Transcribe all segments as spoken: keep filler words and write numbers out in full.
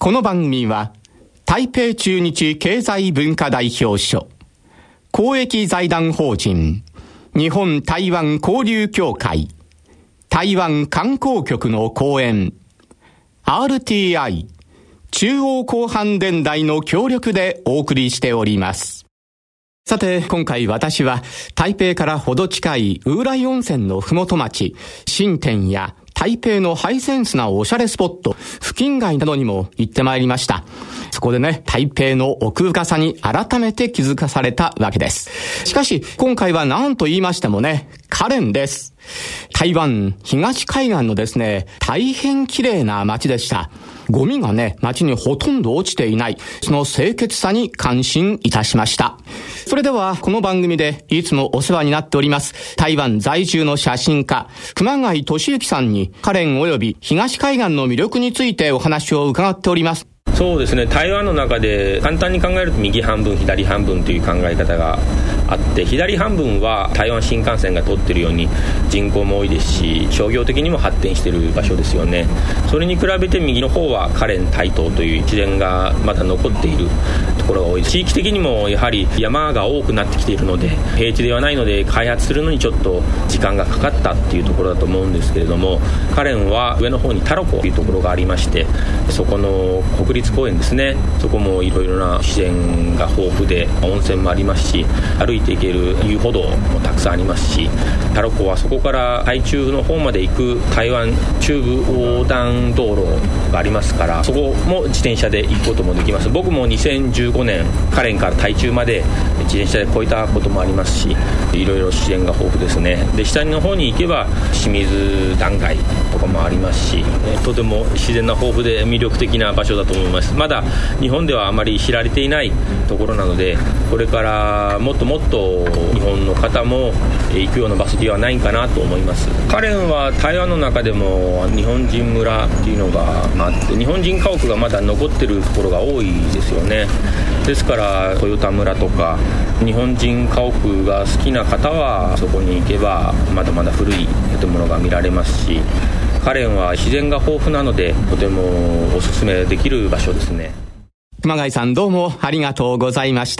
この番組は台北駐日経済文化代表所、公益財団法人日本台湾交流協会、台湾観光局の講演、アールティーアイ 中央広範電台の協力でお送りしております。さて、今回私は台北からほど近い烏来温泉のふもと町、新店や台北のハイセンスなおしゃれスポット、付近街などにも行ってまいりました。そこでね、台北の奥深さに改めて気づかされたわけです。しかし、今回は何と言いましてもね、花蓮です。台湾東海岸のですね、大変綺麗な街でした。ゴミがね、街にほとんど落ちていない、その清潔さに感心いたしました。それでは、この番組でいつもお世話になっております、台湾在住の写真家、熊谷俊之さんに、花蓮及び東海岸の魅力についてお話を伺っております。 そうですね、台湾の中で簡単に考えると右半分左半分という考え方があって、左半分は台湾新幹線が通っているように人口も多いですし、商業的にも発展している場所ですよね。それに比べて右の方は花蓮台東という自然がまだ残っているところが多い。地域的にもやはり山が多くなってきているので、平地ではないので開発するのにちょっと時間がかかったっていうところだと思うんですけれども、花蓮は上の方にタロコというところがありまして、そこの国立公園ですね、そこもいろいろな自然が豊富で温泉もありますし、歩いて行ける遊歩道もたくさんありますし、タロコはそこから台中の方まで行く台湾中部横断道路がありますから、そこも自転車で行くこともできます。僕もにせんじゅうごねん花蓮から台中まで自転車で越えたこともありますし、いろいろ自然が豊富ですね。で、下の方に行けば清水断崖とかもありますし、とても自然な豊富で魅力的な場所だと思います。まだ日本ではあまり知られていないところなので、これからもっともっと日本の方も行くような場所ではないかなと思います。花蓮は台湾の中でも日本人村っていうのがあって、日本人家屋がまだ残ってるところが多いですよね。ですから豊田村とか日本人家屋が好きな方はそこに行けばまだまだ古い建物が見られますし、花蓮は自然が豊富なのでとてもおすすめできる場所ですね。 熊谷さん、どうもありがとうございました。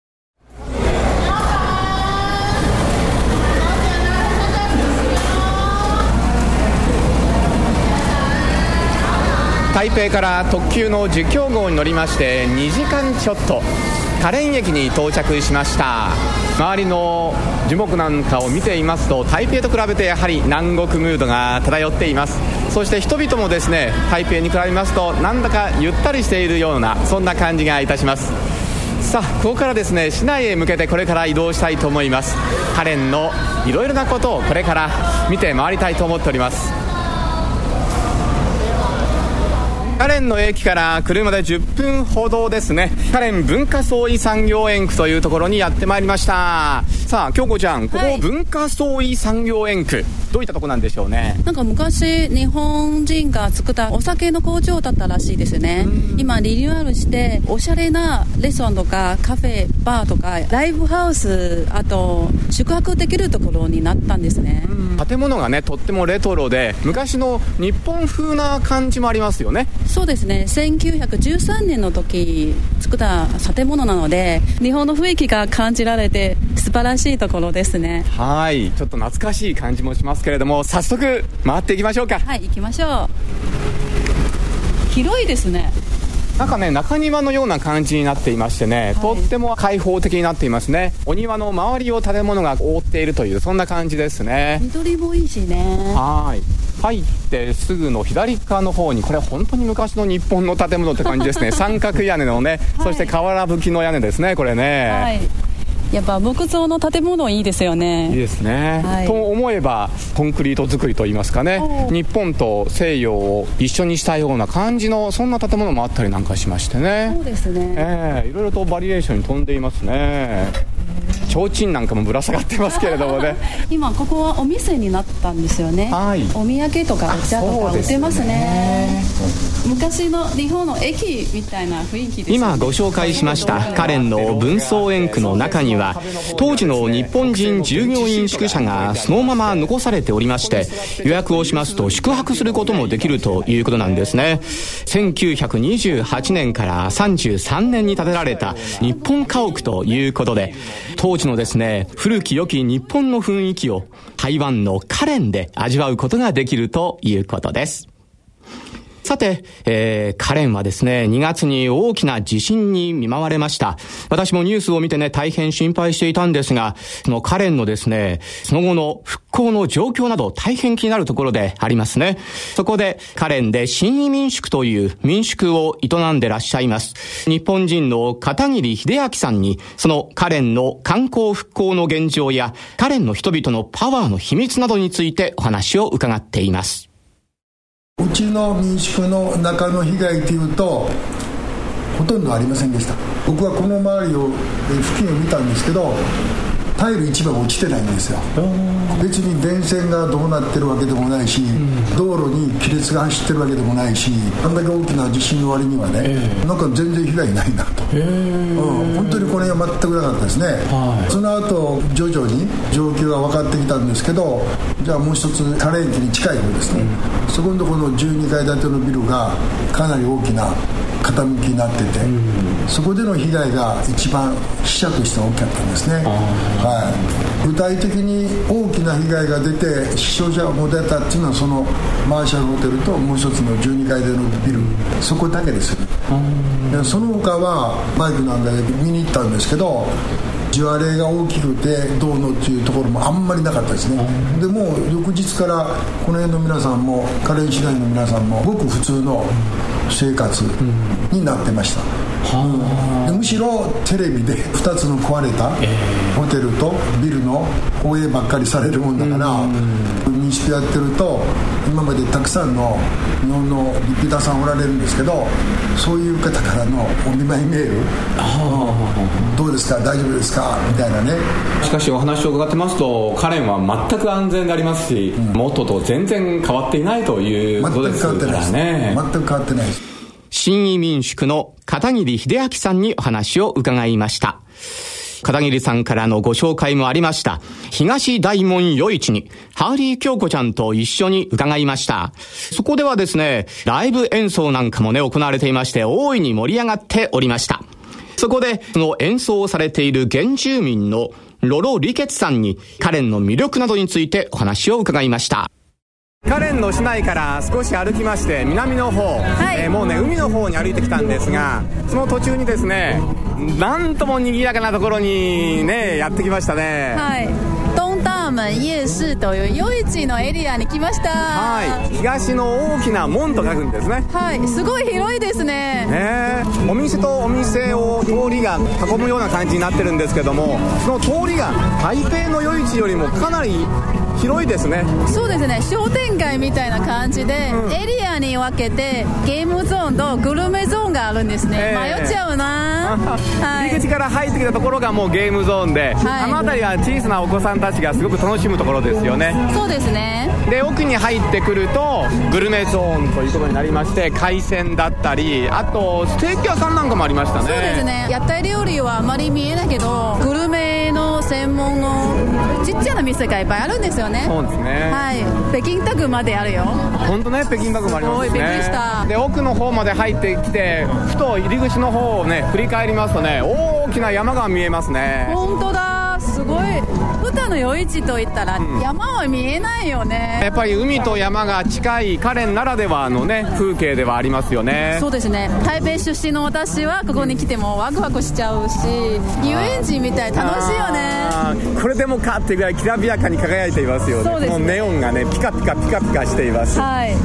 台北から特急の儒教号に乗りましてにじかんちょっと、花蓮駅に到着しました。周りの樹木なんかを見ていますと、台北と比べてやはり南国ムードが漂っています。そして人々もですね、台北に比べますとなんだかゆったりしているような、そんな感じがいたします。さあ、ここからですね、市内へ向けてこれから移動したいと思います。花蓮のいろいろなことをこれから見て回りたいと思っております。花蓮の駅から車でじゅっぷんほどですね、花蓮文化創意産業園区というところにやってまいりました。さあ、京子ちゃん、ここ文化創意産業園区、どういったとこなんでしょうね。 なんか昔日本人が作ったお酒の工場だったらしいですね。今リニューアルしておしゃれなレストランとかカフェバーとかライブハウス、あと宿泊できるところになったんですね。 建物がね、とってもレトロで昔の日本風な感じもありますよね。 そうですね、せんきゅうひゃくじゅうさんねんの時作った建物なので、日本の雰囲気が感じられて素晴らしいところですね。 はい、ちょっと懐かしい感じもしますけれども、早速回っていきましょうか。 はい、行きましょう。広いですね。 なんかね、中庭のような感じになっていましてね、はい、とっても開放的になっていますね。お庭の周りを建物が覆っているという、そんな感じですね。 緑もいいしね。 はい、入ってすぐの左側の方に、これ本当に昔の日本の建物って感じですね。三角屋根のね、はい、そして瓦葺きの屋根ですね、これね。はい、 やっぱ木造の建物いいですよね。 いいですね、はい、と思えばコンクリート作りといいますかね、日本と西洋を一緒にしたような感じの、そんな建物もあったりなんかしましてね。 そうですね、 えー、いろいろとバリエーションに富んでいますね。 提灯なんかもぶら下がってますけれどもね今ここはお店になったんですよね、はい、お土産とかお茶とか売ってますね。昔の日本の駅みたいな雰囲気です、ね、 今ご紹介しましたカレンの文装園区の中には当時の日本人従業員宿舎がそのまま残されておりまして、予約をしますと宿泊することもできるということなんですね。せんきゅうひゃくにじゅうはちねんからさんじゅうさんねんに建てられた日本家屋ということで、当時のですね古き良き日本の雰囲気を台湾のカレンで味わうことができるということです。さて、えー、カレンはですね、にがつに大きな地震に見舞われました。私もニュースを見てね、大変心配していたんですが、そのカレンのですね、その後の復興の状況など大変気になるところでありますね。そこで、カレンで新移民宿という民宿を営んでらっしゃいます。日本人の片桐秀明さんに、そのカレンの観光復興の現状や、カレンの人々のパワーの秘密などについてお話を伺っています。 うちの民宿の中の被害というとほとんどありませんでした。僕はこの周りを付近を見たんですけど、タイル一番落ちてないんですよ。別に電線がどうなってるわけでもないし、うん、道路に亀裂が走ってるわけでもないし、あんだけ大きな地震の割にはね、えー、なんか全然被害ないなと、えーうん、本当にこれは全くなかったですね、はい、その後徐々に状況が分かってきたんですけど、じゃあもう一つカレン駅に近い方ですね、うん、そこのところのじゅうにかい建てのビルがかなり大きな傾きになってて、うん、そこでの被害が一番死者として大きかったんですね、はい、具体的に大きな被害が出て死傷者も出たっていうのはそのマーシャルホテルともう一つのじゅうにかい建てのビル、そこだけです、うん、その他はバイクなんかで見に行ったんですけど、地割れが大きくてどうのっていうところもあんまりなかったですね。でもう翌日からこの辺の皆さんもカレン市内の皆さんもごく普通の生活になってました、うん、でむしろテレビでふたつの壊れたホテルとビルの放映ばっかりされるもんだから、民宿やってると今までたくさんの日本のリピーターさんおられるんですけど、そういう方からのお見舞いメール、どうですか大丈夫ですかみたいなね。 しかしお話を伺ってますとカレンは全く安全でありますし、うん、元と全然変わっていないということですからね。 全く変わってないです。 新移民宿の片桐秀明さんにお話を伺いました。片桐さんからのご紹介もありました東大門夜市にハーリー京子ちゃんと一緒に伺いました。そこではですね、ライブ演奏なんかもね行われていまして、大いに盛り上がっておりました。そこでその演奏をされている原住民のロロリケツさんにカレンの魅力などについてお話を伺いました。カレンの市内から少し歩きまして南の方、はい、えー、もうね海の方に歩いてきたんですが、その途中にですね、なんとも賑やかなところにねやってきましたね。はい、 東大門夜市という夜市のエリアに来ました。 はい、東の大きな門と書くんですね。 はい、すごい広いですね。 ね、お店とお店を通りが囲むような感じになってるんですけども、その通りが台北の夜市よりもかなり広いですね。 そうですね、商店街みたいな感じで、うん、エリアに分けてゲームゾーンとグルメゾーンがあるんですね、えー、迷っちゃうな、 はい、入り口から入ってきたところがもうゲームゾーンで、はい、あの辺りは小さなお子さんたちがすごく楽しむところですよね。 そうですね。 で奥に入ってくるとグルメゾーンということになりまして、海鮮だったり、あとステーキ屋さんなんかもありましたね。 そうですね、屋台料理はあまり見えないけどグルメの専門のちっちゃな店がいっぱいあるんですよね。 そうですね、 はい、北京タグまであるよ。 本当ね、北京タグもありますね。 すごいびっくりした。 で奥の方まで入ってきて、ふと入り口の方をね振り返りますとね、大きな山が見えますね。 本当だ、すごい。歌の夜市といったら、うん、山は見えないよね。 やっぱり海と山が近いカレンならではのね風景ではありますよね。 そうですね、台北出身の私はここに来てもワクワクしちゃうし、遊園地みたい、楽しいよね。 これでもかっていうぐらいきらびやかに輝いていますよね。そうですね、もうネオンがねピカピカピカピカしています。 はい。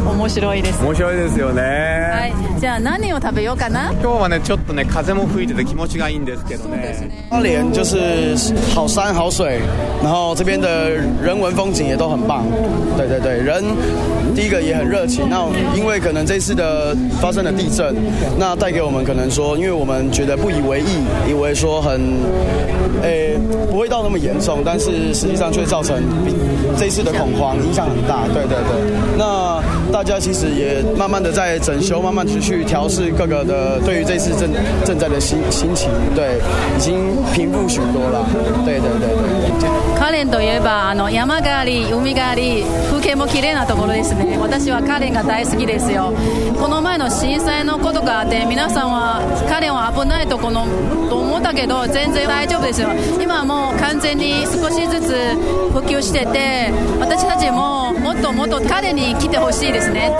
面白いです。 面白いですよね。 はい、じゃあ何を食べようかな。 今日はねちょっとね風も吹いてて気持ちがいいんですけどね。 花莲就是好山好水，然后这边的人文风景也都很棒。对对对，人第一个也很热情。那因为可能这次的发生了地震，那带给我们可能说，因为我们觉得不以为意，以为说很诶不会到那么严重，但是实际上却造成这次的恐慌，影响很大。对对对，那大家其实也慢慢的在整修，慢慢的去调试各个的对于这次震震灾的心心情，对，已经平复许多了。对对对对。 花蓮といえばあの山があり海があり風景も綺麗なところですね。私は花蓮が大好きですよ。この前の震災のことがあって皆さんは花蓮は危ないとこのと思ったけど全然大丈夫ですよ。今はもう完全に少しずつ復旧してて私たちももっともっと花蓮に来てほしいですね。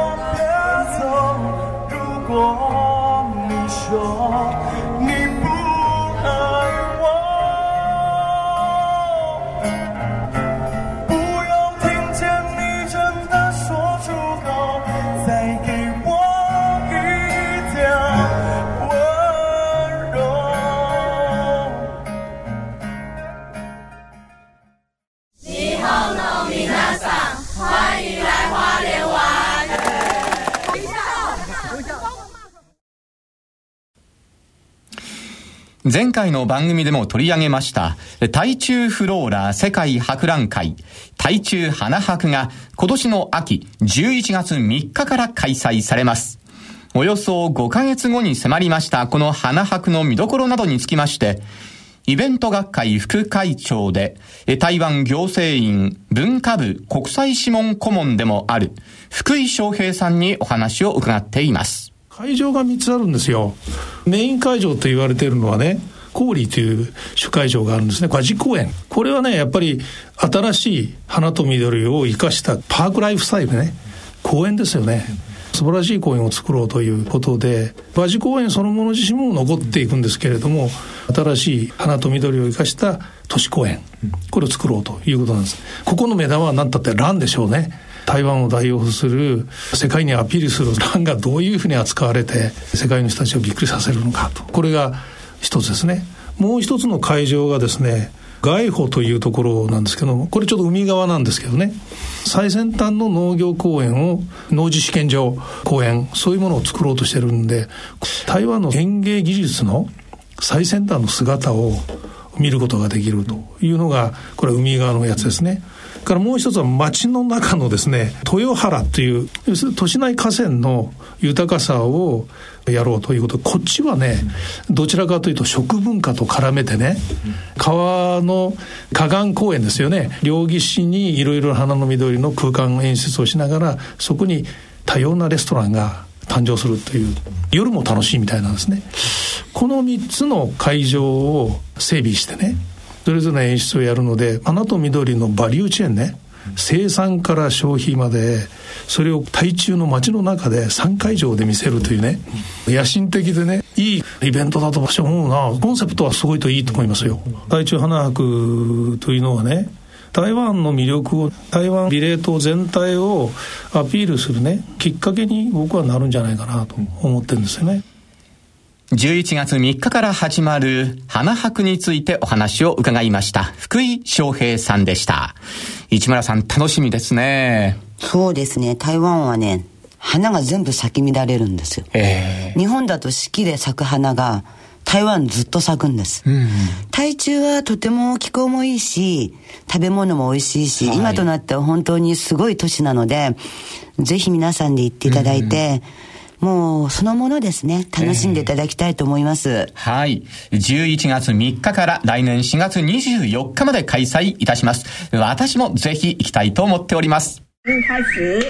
前回の番組でも取り上げました台中フローラ世界博覧会台中花博が今年の秋じゅういちがつみっかから開催されます。およそごかげつごに迫りましたこの花博の見どころなどにつきましてイベント学会副会長で台湾行政院文化部国際諮問顧問でもある福井翔平さんにお話を伺っています。 会場がみっつあるんですよ。メイン会場と言われているのはね氷という主会場があるんですね。和地公園、これはねやっぱり新しい花と緑を生かしたパークライフスタイルね公園ですよね。素晴らしい公園を作ろうということで和地公園そのもの自身も残っていくんですけれども新しい花と緑を生かした都市公園、これを作ろうということなんです。ここの目玉は何だってランでしょうね。台湾を代表する世界にアピールするランがどういうふうに扱われて世界の人たちをびっくりさせるのかと、これが一つですね。もう一つの会場がですね外保というところなんですけども、これちょっと海側なんですけどね最先端の農業公園を農事試験場公園そういうものを作ろうとしてるんで台湾の園芸技術の最先端の姿を見ることができるというのがこれは海側のやつですね。からもう一つは町の中のですね豊原という要するに都市内河川の豊かさをやろうということでこっちはねどちらかというと食文化と絡めてね川の河岸公園ですよね両岸にいろいろ花の緑の空間演出をしながらそこに多様なレストランが誕生するという夜も楽しいみたいなんですね。このみっつの会場を整備してねそれぞれ演出をやるので花と緑のバリューチェーンね生産から消費までそれを台中の街の中でさんかいじょうで見せるというね野心的でねいいイベントだと私は思うな。コンセプトはすごいといいと思いますよ。台中花博というのはね台湾の魅力を台湾美麗島全体をアピールするねきっかけに僕はなるんじゃないかなと思ってるんですよね。 じゅういちがつみっかから始まる花博についてお話を伺いました福井翔平さんでした。市村さん楽しみですね。 そうですね。台湾はね花が全部咲き乱れるんですよ、えー、日本だと四季で咲く花が台湾ずっと咲くんです、うんうん、台中はとても気候もいいし食べ物も美味しいし、はい、今となっては本当にすごい都市なのでぜひ皆さんで行っていただいて、うん、もうそのものですね楽しんでいただきたいと思います、えー、 はいじゅういちがつみっかから来年しがつにじゅうよっかまで開催いたします。私もぜひ行きたいと思っております。 開始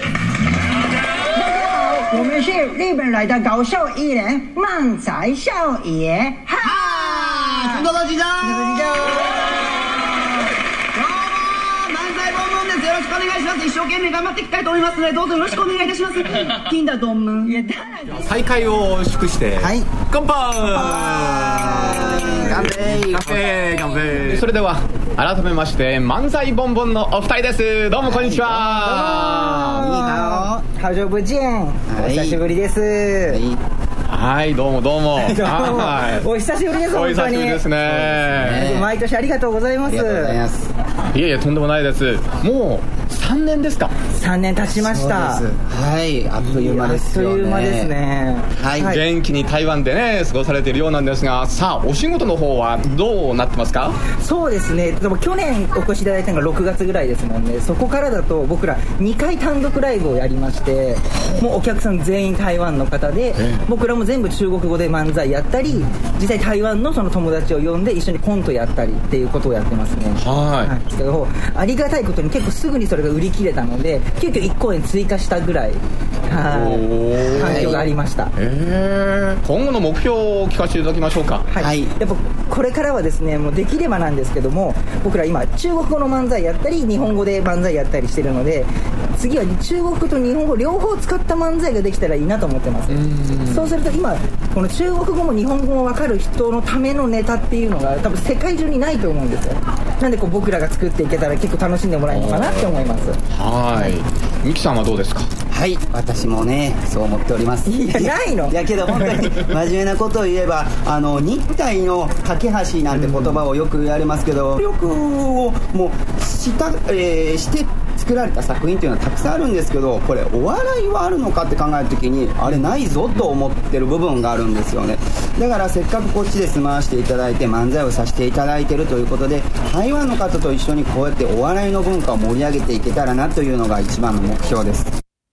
我们是日本来的搞笑艺人漫才少爷哈看到大家看到大家どうも漫才ボンボンです。よろしくお願いします。一生懸命頑張っていきたいと思いますので、どうぞよろしくお願いいたします。金だどんむん。 再会を祝して、はい、乾杯。 乾杯。 乾杯。乾杯。それでは改めまして漫才ボンボンのお二人です。どうもこんにちは。 どうも。いいな。好久不見。お久しぶりです。 はい、どうもどうも。 はい、お久しぶりです。 お久しぶりですね。 毎年ありがとうございます。ありがとうございます。 いえいえ、とんでもないです。もうさんねんですか。 さんねん経ちました。 はい、あっという間ですよね。 あっという間ですね。 はい、はい、元気に台湾でね過ごされているようなんですが、さあお仕事の方はどうなってますか？ そうですね。でも去年お越しいただいたのがろくがつぐらいですもんね。そこからだと僕らにかい単独ライブをやりまして、もうお客さん全員台湾の方で、僕らも全部中国語で漫才やったり、実際台湾のその友達を呼んで一緒にコントやったりっていうことをやってますね。 はい。 はい、ですけど、ありがたいことに結構すぐにそれが売り切れたので、急遽いっこうえん追加したぐらい、はい、反響がありました。 えー、今後の目標を聞かせていただきましょうか。 はい。はい、やっぱこれからはですね、もうできればなんですけども、僕ら今中国語の漫才やったり日本語で漫才やったりしてるので、次は中国と日本語両方使った漫才ができたらいいなと思ってます。そうすると今この中国語も日本語も分かる人のためのネタっていうのが多分世界中にないと思うんですよ。なんでこう僕らが作っていけたら結構楽しんでもらえるのかなって思います。 はい。ミキさんはどうですか？ はい、私もねそう思っております。 いやないの。 いやけど本当に真面目なことを言えば、あの日台の架け橋なんて言葉をよく言われますけど、努力をもうした、えー、して作られた作品っていうのはたくさんあるんですけど、これお笑いはあるのかって考えるときにあれないぞと思ってる部分があるんですよね。だからせっかくこっちで住まわせていただいて漫才をさせていただいてるということで、台湾の方と一緒にこうやってお笑いの文化を盛り上げていけたらなというのが一番の目標です。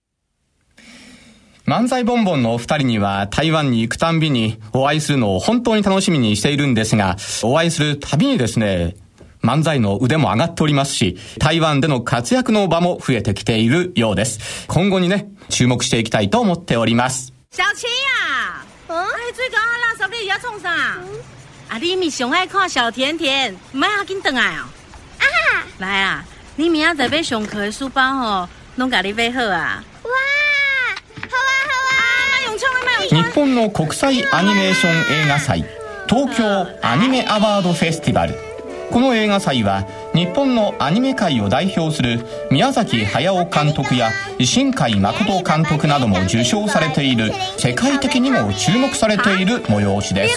漫才ボンボンのお二人には台湾に行くたんびにお会いするのを本当に楽しみにしているんですが、お会いするたびにですね、漫才の腕も上がっておりますし、台湾での活躍の場も増えてきているようです。今後にね、注目していきたいと思っております。 小青啊，嗯，哎，最近啊，垃圾你也创啥？啊，你咪上爱看小甜甜，唔爱要紧回来哦。啊，来啊，你明仔载要上课的書包吼，拢甲你买好啊。哇，好啊好啊。啊，用唱啊，用唱。 日本の国際アニメーション映画祭、東京アニメアワードフェスティバル。この映画祭は日本のアニメ界を代表する宮崎駿監督や新海誠監督なども受賞されている、世界的にも注目されている催しです。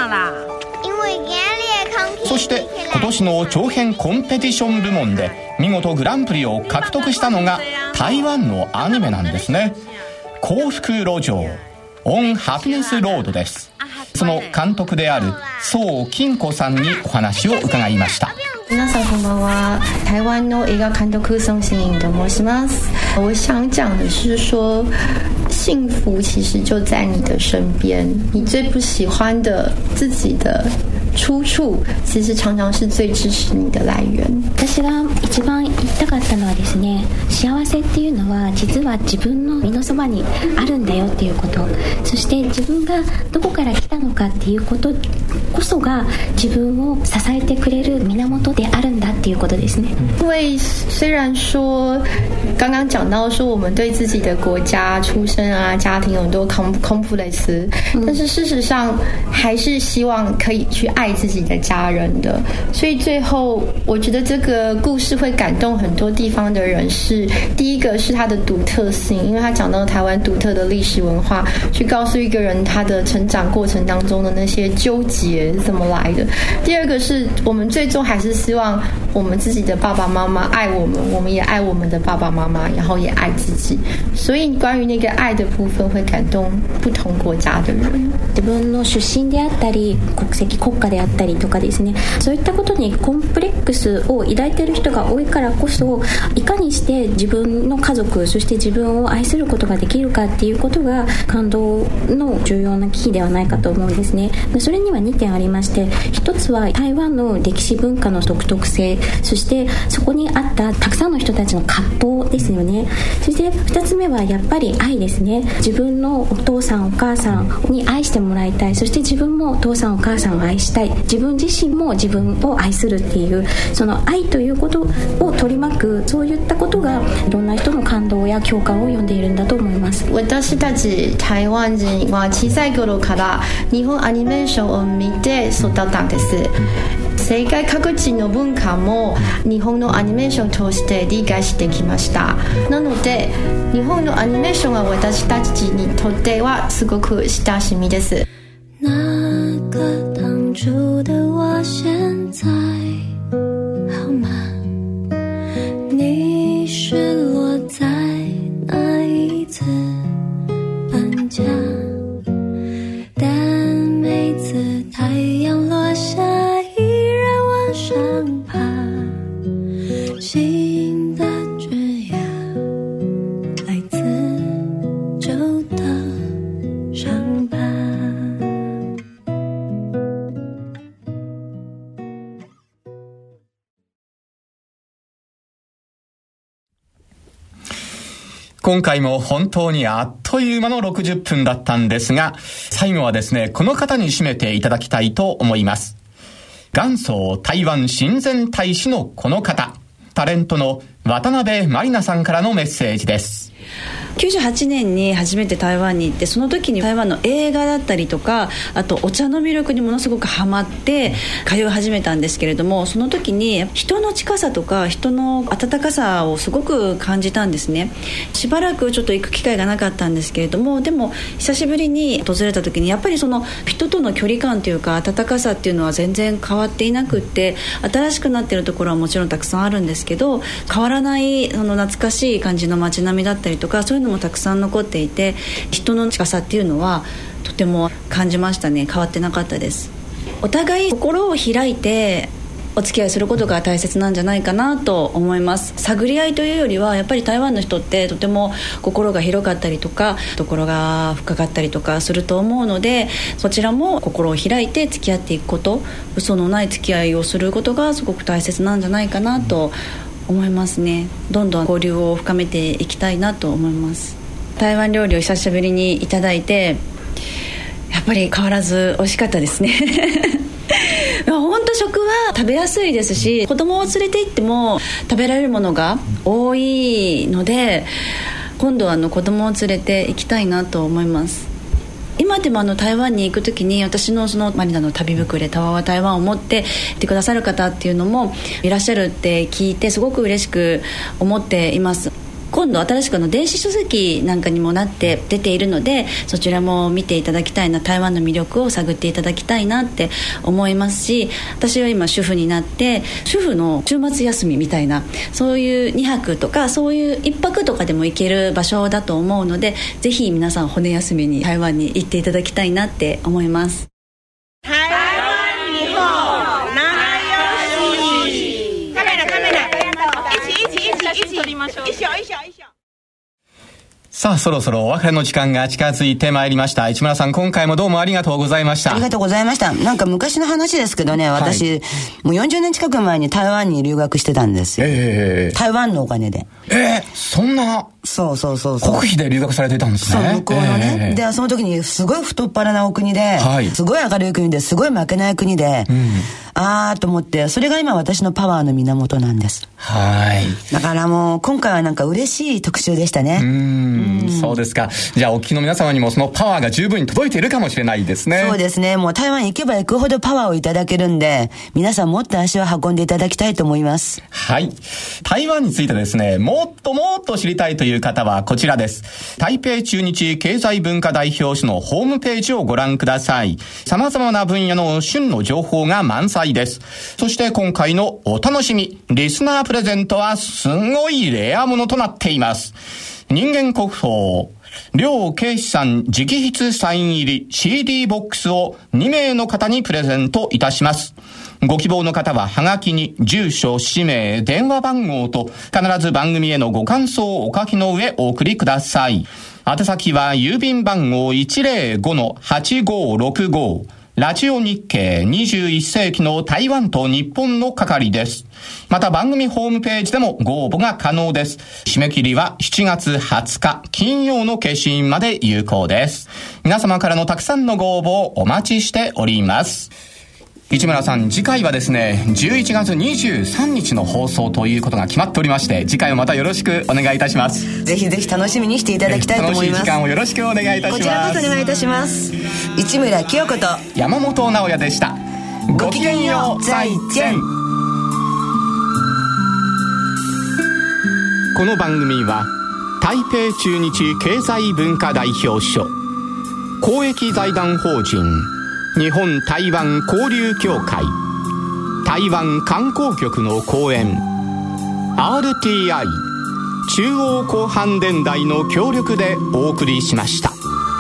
そして今年の長編コンペティション部門で見事グランプリを獲得したのが台湾のアニメなんですね。幸福路上オンハピネスロードです。その監督である宋金子さんにお話を伺いました。 皆さんこんばんは。台湾の映画監督宋欣颖と申します。我想讲的是说，幸福其实就在你的身边。你最不喜欢的自己的出处，其实常常是最支持你的来源。 私が一番言いたかったのはですね、幸せっていうのは実は自分の身のそばにあるんだよっていうこと、そして自分がどこから来たのかっていうことこそが自分を支えてくれる源であるんだっていうことですね。 因为虽然说刚刚讲到说我们对自己的国家出身啊家庭有很多空空腹的词、嗯、但是事实上还是希望可以去爱自己的家人的，所以最后我觉得这个故事会感动很多地方的人，是第一个是它的独特性，因为它讲到台湾独特的历史文化，去告诉一个人他的成长过程当中的那些纠结怎么来的。第二个是我们最终还是希望我们自己的爸爸妈妈爱我们，我们也爱我们的爸爸妈妈，然后也爱自己，所以关于那个愛的部分会感動不同國家的人。 自分の出身であったり国籍国家であったりとかですね、そういったことにコンプレックスを抱いている人が多いからこそ、いかにして自分の家族そして自分を愛することができるかっていうことが感動の重要なキーではないかと思うんですね。それにはにてんありまして、一つは台湾の歴史文化の独特性、そしてそこにあったたくさんの人たちの葛藤ですよね。そして二つ目はやっぱり愛ですね。自分のお父さんお母さんに愛してもらいたい、そして自分もお父さんお母さんを愛したしたい、自分自身も自分を愛するっていう、その愛ということを取り巻く、そういったことがいろんな人の感動や共感を呼んでいるんだと思います。 私たち台湾人は小さい頃から日本アニメーションを見て育ったんです。世界各地の文化も日本のアニメーションを通して理解してきました。なので日本のアニメーションは私たちにとってはすごく親しみです。 那个当初的我现在好吗？你是落在哪一次搬家？但每次太阳落下依然往上爬，新的枝桠来自旧的伤疤。 今回も本当にあっという間のろくじゅっぷんだったんですが、最後はですね、この方に締めていただきたいと思います。元祖台湾親善大使のこの方、タレントの渡辺満里奈さんからのメッセージです。 きゅうじゅうはちねんに初めて台湾に行って、その時に台湾の映画だったりとか、あとお茶の魅力にものすごくハマって通い始めたんですけれども、その時に人の近さとか人の温かさをすごく感じたんですね。しばらくちょっと行く機会がなかったんですけれども、でも久しぶりに訪れた時にやっぱりその人との距離感というか温かさっていうのは全然変わっていなくって、新しくなっているところはもちろんたくさんあるんですけど、変わらないその懐かしい感じの街並みだったりとか、そういうのもたくさん残っていて、人の近さっていうのはとても感じましたね。変わってなかったです。お互い心を開いてお付き合いすることが大切なんじゃないかなと思います。探り合いというよりは、やっぱり台湾の人ってとても心が広かったりとか、懐が深かったりとかすると思うので、そちらも心を開いて付き合っていくこと、嘘のない付き合いをすることがすごく大切なんじゃないかなと思いますね。どんどん交流を深めていきたいなと思います。台湾料理を久しぶりにいただいて、やっぱり変わらず美味しかったですね本当食は食べやすいですし、子供を連れて行っても食べられるものが多いので、今度はあの子供を連れて行きたいなと思います。今でもあの台湾に行くときに、私のそのマニラの旅袋でタワーは台湾を持っていてくださる方っていうのもいらっしゃるって聞いて、すごく嬉しく思っています。今度新しくの電子書籍なんかにもなって出ているので、そちらも見ていただきたいな、台湾の魅力を探っていただきたいなって思いますし、私は今主婦になって、主婦の週末休みみたいな、そういうにはくとかそういういっぱくとかでも行ける場所だと思うので、ぜひ皆さん骨休みに台湾に行っていただきたいなって思います。 台湾日本仲良し、カメラカメラ、一起一起一起一起撮りましょう。一緒一緒一緒。 さあ、そろそろお別れの時間が近づいてまいりました。市村さん、今回もどうもありがとうございました。 ありがとうございました。なんか昔の話ですけどね、私、はい、もうよんじゅうねん近く前に台湾に留学してたんですよ。えー、台湾のお金で。 えー、そんな。 そうそうそうそう。 国費で留学されてたんですね。 そう、向こうのね。えー、で、その時にすごい太っ腹なお国で、はい、すごい明るい国で、すごい負けない国で、うん、あーと思って、それが今私のパワーの源なんです。 はい。 だからもう、今回はなんか嬉しい特集でしたね。 うーん、うん、そうですか。じゃあ、お聞きの皆様にもそのパワーが十分に届いているかもしれないですね。 そうですね。もう台湾行けば行くほどパワーをいただけるんで、皆さんもっと足を運んでいただきたいと思います。 はい。台湾についてですね、もっともっと知りたいという方はこちらです。台北駐日経済文化代表処のホームページをご覧ください。様々な分野の旬の情報が満載です。そして今回のお楽しみ、リスナープレゼントはすごいレアものとなっています。人間国宝、梁慶史さん直筆サイン入り シーディー ボックスをにめいの方にプレゼントいたします。ご希望の方はハガキに住所、氏名、電話番号と必ず番組へのご感想をお書きの上お送りください。宛先は郵便番号 いちぜろごのはちごろくご、ラジオ日経にじゅういっ世紀の台湾と日本の係です。また番組ホームページでもご応募が可能です。締め切りはしちがつはつか金曜の消印まで有効です。皆様からのたくさんのご応募をお待ちしております。 市村さん、次回はですねじゅういちがつにじゅうさんにちの放送ということが決まっておりまして、次回もまたよろしくお願いいたします。 ぜひぜひ楽しみにしていただきたいと思います。 楽しい時間をよろしくお願いいたします。 こちらこそお願いいたします。市村清子と山本直也でした。ごきげんよう、再见。この番組は台北駐日経済文化代表所、公益財団法人日本台湾交流協会、台湾観光局の講演、 アールティーアイ 中央広範電台の協力でお送りしました。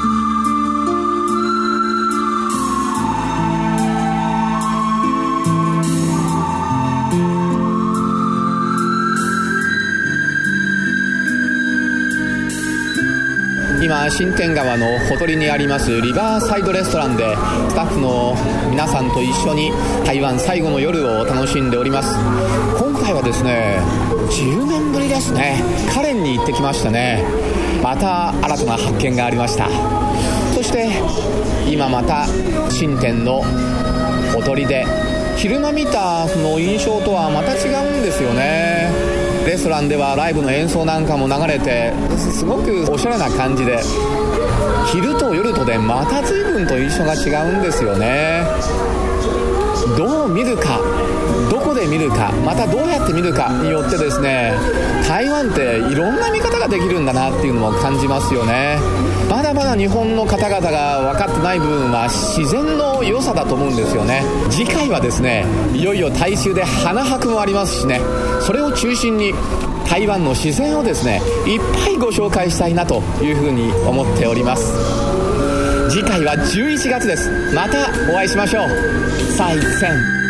今新天川のほとりにありますリバーサイドレストランでスタッフの皆さんと一緒に台湾最後の夜を楽しんでおります。今回はですねじゅうねんぶりですね。花蓮に行ってきましたね。また新たな発見がありました。そして今また新天のほとりで昼間見たその印象とはまた違うんですよね。レストランではライブの演奏なんかも流れてすごくおしゃれな感じで、昼と夜とでまた随分と印象が違うんですよね。どう見るか、どこで見るか、またどうやって見るかによってですね、台湾っていろんな見方ができるんだなっていうのも感じますよね。まだまだ日本の方々が分かってない部分は自然の良さだと思うんですよね。次回はですね、いよいよ大衆で花博もありますしね、それを中心に台湾の自然をですねいっぱいご紹介したいなというふうに思っております。次回はじゅういちがつです。またお会いしましょう。再见。